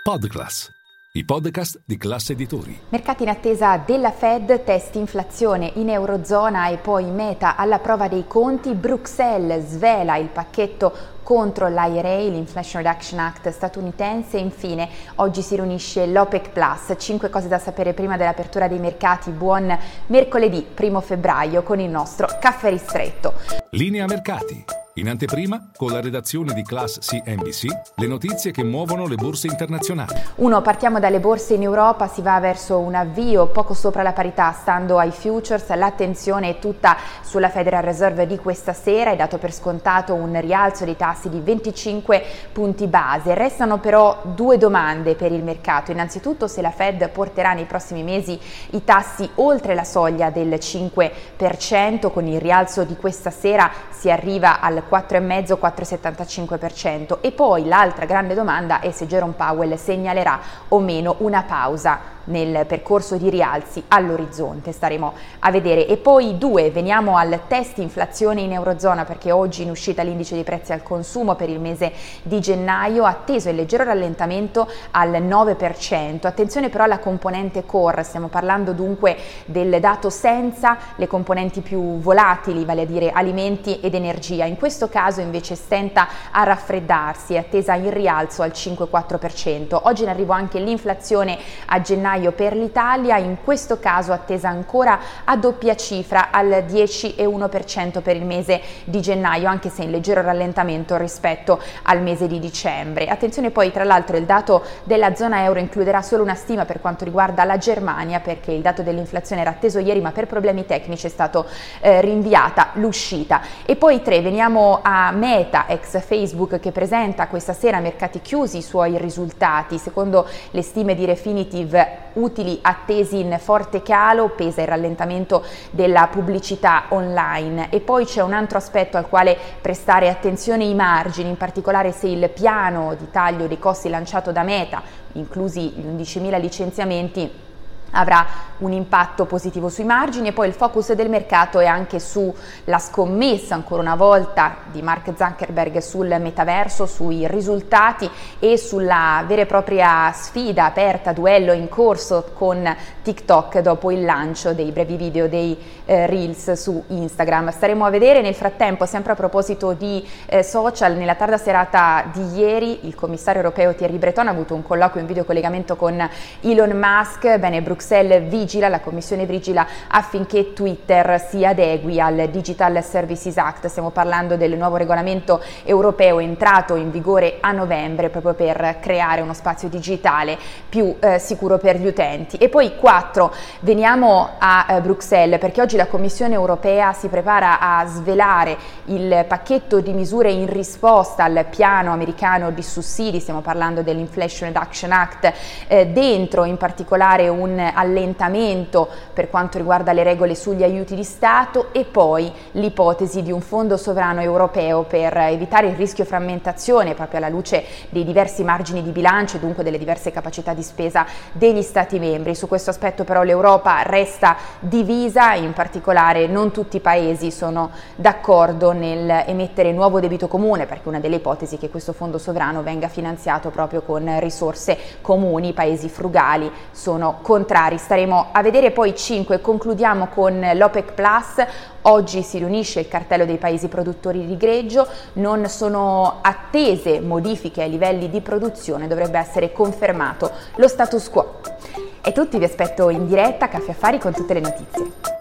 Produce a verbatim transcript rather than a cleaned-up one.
Podclass, i podcast di Class Editori. Mercati in attesa della Fed, test inflazione in Eurozona e poi Meta alla prova dei conti. Bruxelles svela il pacchetto contro l'I R A, l'Inflation Reduction Act statunitense. Infine, oggi si riunisce l'OPEC Plus. Cinque cose da sapere prima dell'apertura dei mercati. Buon mercoledì primo febbraio con il nostro caffè ristretto. Linea mercati. In anteprima, con la redazione di Class C N B C, le notizie che muovono le borse internazionali. Uno, partiamo dalle borse in Europa, si va verso un avvio poco sopra la parità stando ai futures. L'attenzione è tutta sulla Federal Reserve di questa sera, è dato per scontato un rialzo dei tassi di venticinque punti base. Restano però due domande per il mercato. Innanzitutto, se la Fed porterà nei prossimi mesi i tassi oltre la soglia del cinque per cento, con il rialzo di questa sera si arriva al quattro virgola cinque quattro virgola settantacinque per cento. E poi l'altra grande domanda è se Jerome Powell segnalerà o meno una pausa nel percorso di rialzi all'orizzonte. Staremo a vedere. E poi due, veniamo al test inflazione in Eurozona, perché oggi in uscita l'indice dei prezzi al consumo per il mese di gennaio, atteso il leggero rallentamento al nove per cento. Attenzione però alla componente core, stiamo parlando dunque del dato senza le componenti più volatili, vale a dire alimenti ed energia. In questo caso invece stenta a raffreddarsi, è attesa in rialzo al cinque virgola quattro per cento. Oggi in arrivo anche l'inflazione a gennaio per l'Italia, in questo caso attesa ancora a doppia cifra al dieci virgola uno per cento per il mese di gennaio, anche se in leggero rallentamento rispetto al mese di dicembre. Attenzione poi, tra l'altro, il dato della zona euro includerà solo una stima per quanto riguarda la Germania, perché il dato dell'inflazione era atteso ieri, ma per problemi tecnici è stato eh, rinviata l'uscita. E poi tre, veniamo a Meta, ex Facebook, che presenta questa sera a mercati chiusi i suoi risultati. Secondo le stime di Refinitiv, utili attesi in forte calo, pesa il rallentamento della pubblicità online. E poi c'è un altro aspetto al quale prestare attenzione: i margini, in particolare se il piano di taglio dei costi lanciato da Meta, inclusi gli undicimila licenziamenti, avrà un impatto positivo sui margini. E poi il focus del mercato è anche sulla scommessa, ancora una volta, di Mark Zuckerberg sul metaverso, sui risultati e sulla vera e propria sfida aperta, duello in corso con TikTok dopo il lancio dei brevi video, dei eh, Reels su Instagram. Staremo a vedere. Nel frattempo, sempre a proposito di eh, social, nella tarda serata di ieri il commissario europeo Thierry Breton ha avuto un colloquio in videocollegamento con Elon Musk. Bene, Bruxelles vigila, la commissione vigila affinché Twitter si adegui al Digital Services Act. Stiamo parlando del nuovo regolamento europeo entrato in vigore a novembre proprio per creare uno spazio digitale più eh, sicuro per gli utenti. E poi quattro, veniamo a eh, Bruxelles, perché oggi la Commissione europea si prepara a svelare il pacchetto di misure in risposta al piano americano di sussidi. Stiamo parlando dell'Inflation Reduction Act, eh, dentro in particolare un allentamento per quanto riguarda le regole sugli aiuti di Stato e poi l'ipotesi di un fondo sovrano europeo per evitare il rischio frammentazione, proprio alla luce dei diversi margini di bilancio e dunque delle diverse capacità di spesa degli Stati membri. Su questo aspetto però l'Europa resta divisa, in particolare non tutti i paesi sono d'accordo nel emettere nuovo debito comune, perché una delle ipotesi è che questo fondo sovrano venga finanziato proprio con risorse comuni. I paesi frugali sono contrari. Staremo a vedere. Poi cinque, concludiamo con l'OPEC Plus. Oggi si riunisce il cartello dei paesi produttori di greggio, non sono attese modifiche ai livelli di produzione, dovrebbe essere confermato lo status quo. È tutto, vi aspetto in diretta a Caffè Affari con tutte le notizie.